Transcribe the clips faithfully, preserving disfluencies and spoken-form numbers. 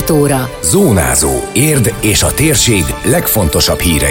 tizenhat óra. Zónázó. Érd és a térség legfontosabb hírei.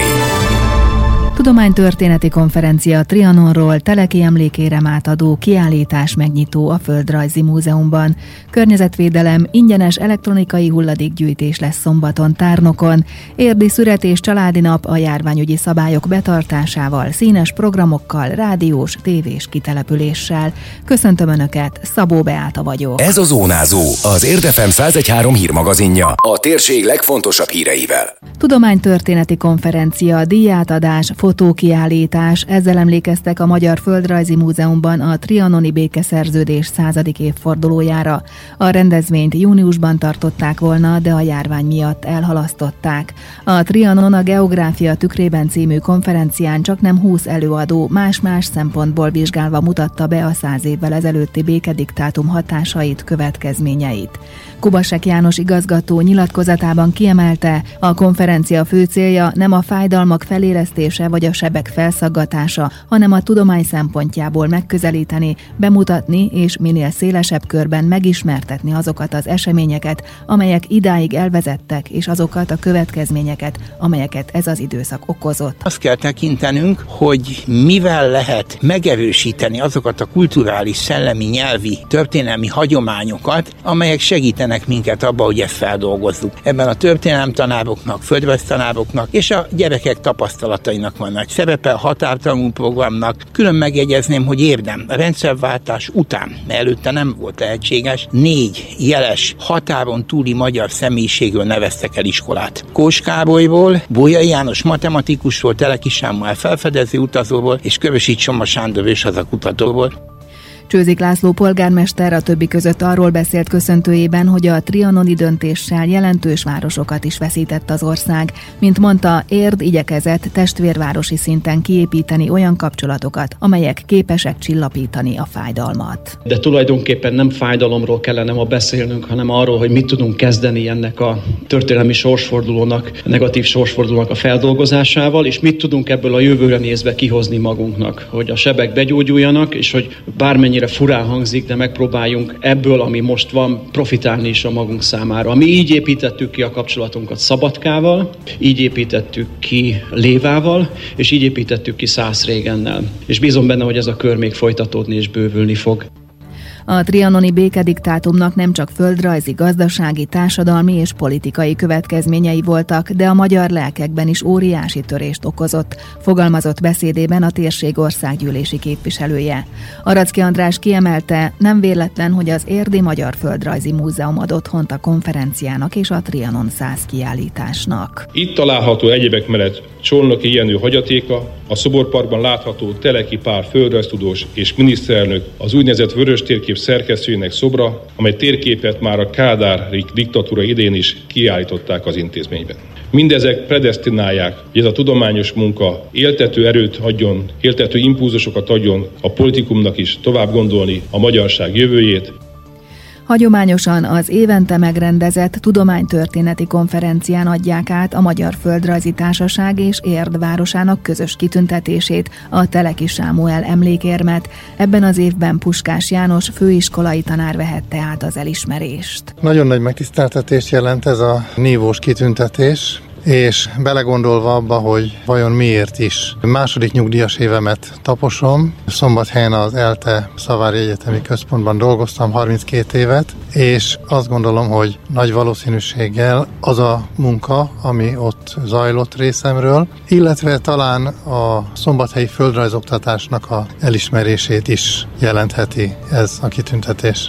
Tudománytörténeti konferencia a Trianonról, Teleki emlékérem átadó kiállítás megnyitó a Földrajzi Múzeumban. Környezetvédelem, ingyenes elektronikai hulladékgyűjtés lesz szombaton Tárnokon. Érdi szüret és családi nap a járványügyi szabályok betartásával, színes programokkal, rádiós, tévés kitelepüléssel. Köszöntöm Önöket, Szabó Beáta vagyok. Ez a Zónázó, az Érd ef em száz egy három hírmagazinja, a térség legfontosabb híreivel. Tudománytörténeti konferencia, díjátadás, fotókiállítás, ezzel emlékeztek a Magyar Földrajzi Múzeumban a trianoni békeszerződés századik évfordulójára. A rendezvényt júniusban tartották volna, de a járvány miatt elhalasztották. A Trianon a Geográfia tükrében című konferencián csaknem húsz előadó más-más szempontból vizsgálva mutatta be a száz évvel ezelőtti békediktátum hatásait, következményeit. Kubasek János igazgató nyilatkozatában kiemelte, a konferencia fő célja nem a fájdalmak felélesztése vagy a sebek felszaggatása, hanem a tudomány szempontjából megközelíteni, bemutatni és minél szélesebb körben megismertetni azokat az eseményeket, amelyek idáig elvezettek, és azokat a következményeket, amelyeket ez az időszak okozott. Azt kell tekintenünk, hogy mivel lehet megerősíteni azokat a kulturális, szellemi, nyelvi, történelmi hagyományokat, amelyek segítenek minket abba, hogy ezt feldolgozzuk. Ebben a történelemtanároknak, földrajztanároknak és a gyerekek tapasztalatainak van nagy szerepe, a határtalanul programnak. Külön megjegyezném, hogy Érden a rendszerváltás után, mert előtte nem volt lehetséges, négy jeles határon túli magyar személyiségről neveztek el iskolát. Kós Károlyról, Bolyai János matematikusról, Teleki Sámuel felfedező utazóról és Körösi Csoma Sándor őshazakutató. Csőzik László polgármester a többi között arról beszélt köszöntőjében, hogy a trianoni döntéssel jelentős városokat is veszített az ország. Mint mondta, Érd igyekezett testvérvárosi szinten kiépíteni olyan kapcsolatokat, amelyek képesek csillapítani a fájdalmat. De tulajdonképpen nem fájdalomról kellene ma beszélnünk, hanem arról, hogy mit tudunk kezdeni ennek a történelmi sorsfordulónak, negatív sorsfordulónak a feldolgozásával, és mit tudunk ebből a jövőre nézve kihozni magunknak, hogy a sebek begyógyuljanak, és hogy bármennyire furán hangzik, de megpróbáljunk ebből, ami most van, profitálni is a magunk számára. Mi így építettük ki a kapcsolatunkat Szabadkával, így építettük ki Lévával, és így építettük ki Szászrégennel. És bízom benne, hogy ez a kör még folytatódni és bővülni fog. A trianoni békediktátumnak nem csak földrajzi, gazdasági, társadalmi és politikai következményei voltak, de a magyar lelkekben is óriási törést okozott, fogalmazott beszédében a térség országgyűlési képviselője. Aracki András kiemelte, nem véletlen, hogy az Érdi Magyar Földrajzi Múzeum ad otthont a konferenciának és a Trianon száz kiállításnak. Itt található egyebek mellett Csolnoki Jenő hagyatéka, a szoborparkban látható Teleki Pál földrajztudós és miniszterelnök, az úgynevezett vörös térkép szerkesztőjének szobra, amely térképet már a kádári diktatúra idején is kiállították az intézményben. Mindezek predesztinálják, hogy ez a tudományos munka éltető erőt adjon, éltető impulzusokat adjon a politikumnak is tovább gondolni a magyarság jövőjét. Hagyományosan az évente megrendezett tudománytörténeti konferencián adják át a Magyar Földrajzi Társaság és Érd városának közös kitüntetését, a Teleki Sámuel emlékérmet. Ebben az évben Puskás János főiskolai tanár vehette át az elismerést. Nagyon nagy megtiszteltetés jelent ez a nívós kitüntetés, és belegondolva abba, hogy vajon miért is. Második nyugdíjas évemet taposom, Szombathelyen az ELTE Szavári Egyetemi Központban dolgoztam harminckét évet, és azt gondolom, hogy nagy valószínűséggel az a munka, ami ott zajlott részemről, illetve talán a szombathelyi földrajzoktatásnak a elismerését is jelentheti ez a kitüntetés.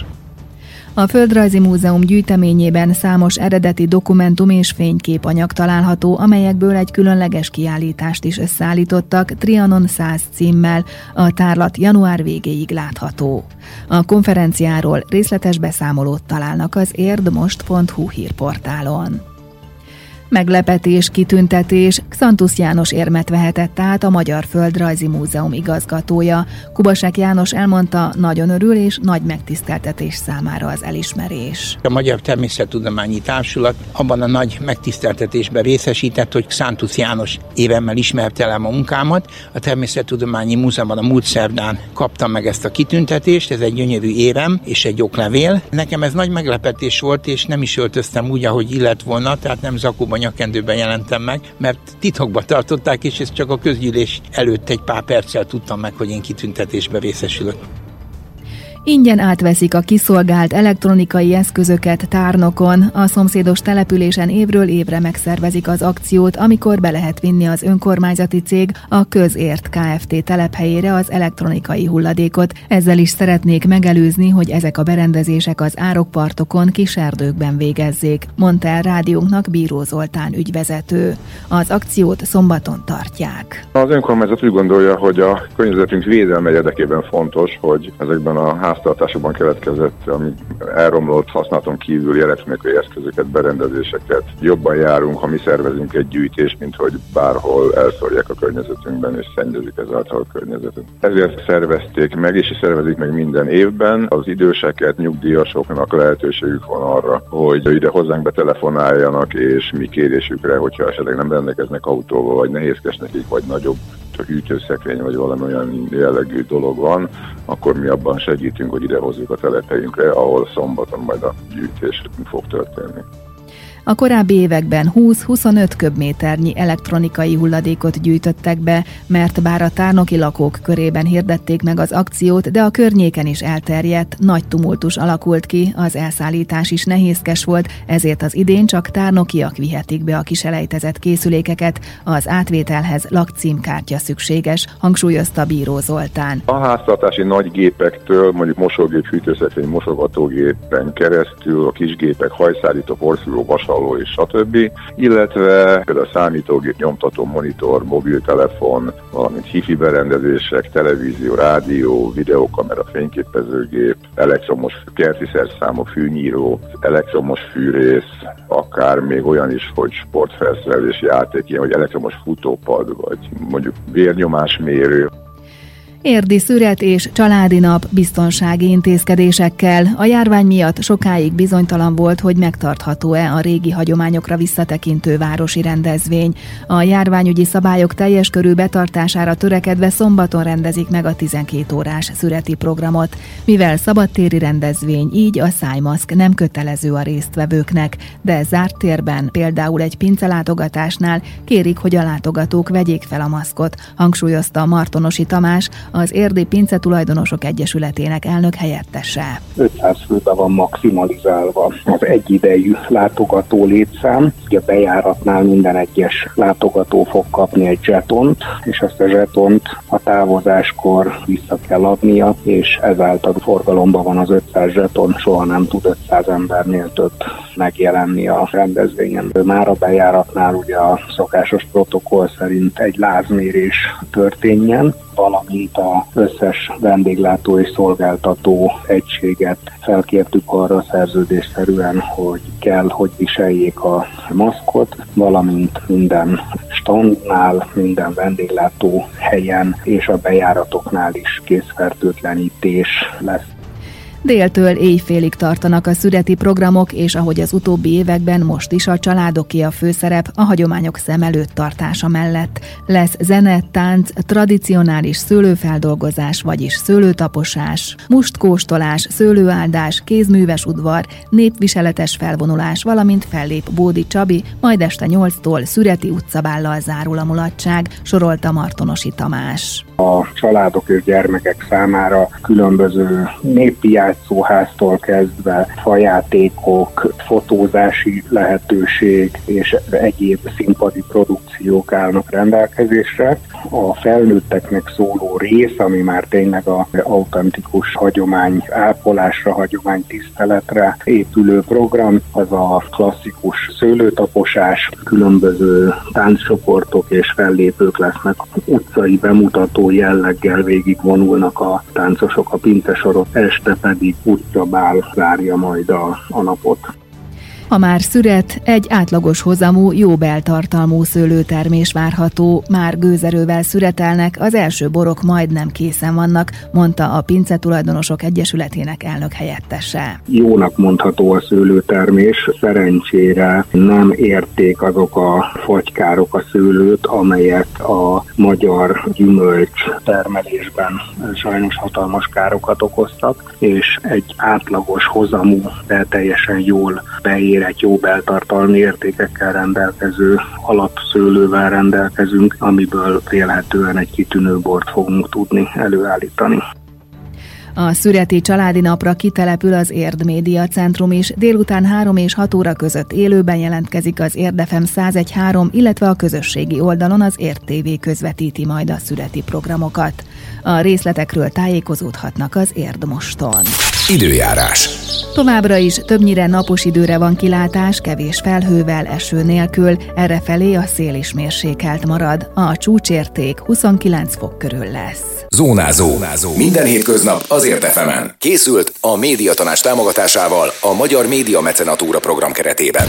A Földrajzi Múzeum gyűjteményében számos eredeti dokumentum és fényképanyag található, amelyekből egy különleges kiállítást is összeállítottak Trianon száz címmel, a tárlat január végéig látható. A konferenciáról részletes beszámolót találnak az érdmost pont hu hírportálon. Meglepetés, kitüntetés, Xantusz János érmet vehetett át a Magyar Földrajzi Múzeum igazgatója. Kubasek János elmondta, nagyon örül és nagy megtiszteltetés számára az elismerés. A Magyar Természettudományi Társulat abban a nagy megtiszteltetésben részesített, hogy Xantusz János évemmel ismerte el a munkámat. A Természettudományi Múzeumban a múlt szerdán kaptam meg ezt a kitüntetést, ez egy gyönyörű érem és egy oklevél. Nekem ez nagy meglepetés volt, és nem is öltöztem úgy, ahogy illett volna, tehát nem zakóban, nyakendőben jelentem meg, mert titokba tartották, és ezt csak a közgyűlés előtt egy pár perccel tudtam meg, hogy én kitüntetésbe részesülök. Ingyen átveszik a kiszolgált elektronikai eszközöket Tárnokon. A szomszédos településen évről évre megszervezik az akciót, amikor be lehet vinni az önkormányzati cég a Közért Kft. Telephelyére az elektronikai hulladékot. Ezzel is szeretnék megelőzni, hogy ezek a berendezések az árokpartokon, kis erdőkben végezzék, mondta el rádiónknak Bíró Zoltán ügyvezető. Az akciót szombaton tartják. Az önkormányzat úgy gondolja, hogy a környezetünk védelme érdekében fontos, hogy ezekben a háztartásokban keletkezett, ami elromlott használaton kívüli elektronikai eszközöket, berendezéseket jobban járunk, ha mi szervezünk egy gyűjtést, mint hogy bárhol elszórják a környezetünkben és szennyezik ezáltal a környezetet. Ezért szervezték meg, és szervezik meg minden évben. Az időseket, nyugdíjasoknak lehetőségük van arra, hogy ide hozzánk betelefonáljanak, és mi kérésükre, hogyha esetleg nem rendelkeznek autóval, vagy nehézkes nekik, vagy nagyobb hűtőszekrény, vagy valami olyan jellegű dolog van, akkor mi abban segítünk, hogy ide hozzuk a telephelyünkre, ahol szombaton majd a gyűjtés fog történni. A korábbi években húsz-huszonöt köbméternyi elektronikai hulladékot gyűjtöttek be, mert bár a tárnoki lakók körében hirdették meg az akciót, de a környéken is elterjedt, nagy tumultus alakult ki, az elszállítás is nehézkes volt, ezért az idén csak tárnokiak vihetik be a kiselejtezett készülékeket, az átvételhez lakcímkártya szükséges, hangsúlyozta Bíró Zoltán. A háztartási nagy gépektől, mondjuk mosógép, hűtőszekrény, mosogatógépen keresztül, a kisgépek, hajszárító, porszívó, vasaló és stb. Illetve például számítógép, nyomtató, monitor, mobiltelefon, valamint hifi berendezések, televízió, rádió, videókamera, fényképezőgép, elektromos kerti szerszámú, fűnyíró, elektromos fűrész, akár még olyan is, hogy sportfelszerelés, játék, ilyen, hogy elektromos futópad, vagy mondjuk vérnyomásmérő. Érdi szüret és családi nap biztonsági intézkedésekkel. A járvány miatt sokáig bizonytalan volt, hogy megtartható-e a régi hagyományokra visszatekintő városi rendezvény. A járványügyi szabályok teljes körű betartására törekedve szombaton rendezik meg a tizenkét órás szüreti programot. Mivel szabadtéri rendezvény, így a szájmaszk nem kötelező a résztvevőknek, de zárt térben, például egy pincelátogatásnál kérik, hogy a látogatók vegyék fel a maszkot, hangsúlyozta Martonosi Tamás, az Érdi Pince Tulajdonosok Egyesületének elnök helyettese. ötszáz főbe van maximalizálva az egyidejű látogató létszám. A bejáratnál minden egyes látogató fog kapni egy zsetont, és ezt a zsetont a távozáskor vissza kell adnia, és ezáltal forgalomban van az ötszáz zseton, soha nem tud ötszáz embernél több megjelenni a rendezvényen. Már a bejáratnál ugye a szokásos protokoll szerint egy lázmérés történjen, valamint az összes vendéglátó és szolgáltató egységet felkértük arra szerződésszerűen, hogy kell, hogy viseljék a maszkot, valamint minden standnál, minden vendéglátó helyen és a bejáratoknál is készfertőtlenítés lesz. Déltől éjfélig tartanak a szüreti programok, és ahogy az utóbbi években, most is a családoké a főszerep a hagyományok szem előtt tartása mellett. Lesz zene, tánc, tradicionális szőlőfeldolgozás, vagyis szőlőtaposás, mustkóstolás, szőlőáldás, kézműves udvar, népviseletes felvonulás, valamint fellép Bódi Csabi, majd este nyolctól Szüreti utcabállal zárul a mulatság, sorolta Martonosi Tamás. A családok és gyermekek számára különböző népi játszóháztól kezdve fajátékok, fotózási lehetőség és egyéb színpadi produkciók állnak rendelkezésre. A felnőtteknek szóló rész, ami már tényleg az autentikus hagyomány ápolásra, hagyomány tiszteletre épülő program, az a klasszikus szőlőtaposás, különböző tánccsoportok és fellépők lesznek, utcai bemutató jelleggel végigvonulnak a táncosok a pincesorot, este pedig utcabál zárja majd a, a napot. A már szüret, egy átlagos hozamú, jó beltartalmú szőlőtermés várható. Már gőzerővel szüretelnek, az első borok majdnem készen vannak, mondta a Pince Tulajdonosok Egyesületének elnök helyettese. Jónak mondható a szőlőtermés, szerencsére nem érték azok a fagykárok a szőlőt, amelyek a magyar gyümölcs termelésben sajnos hatalmas károkat okoztak, és egy átlagos hozamú, de teljesen jól beérett, jó beltartalmi értékekkel rendelkező alapszőlővel rendelkezünk, amiből vélhetően egy kitűnő bort fogunk tudni előállítani. A szüreti családi napra kitelepül az Érd Média Centrum is. Délután három és hat óra között élőben jelentkezik az Érd ef em száz egy három, illetve a közösségi oldalon az Érd té vé közvetíti majd a szüreti programokat. A részletekről tájékozódhatnak az Érd Moston. Időjárás. Továbbra is többnyire napos időre van kilátás, kevés felhővel, eső nélkül, errefelé a szél is mérsékelt marad. A csúcsérték huszonkilenc fok körül lesz. Zónázó. Zónázó. Minden hétköznap az Érd ef emen. Készült a Médiatanács támogatásával a Magyar Média Mecenatúra program keretében.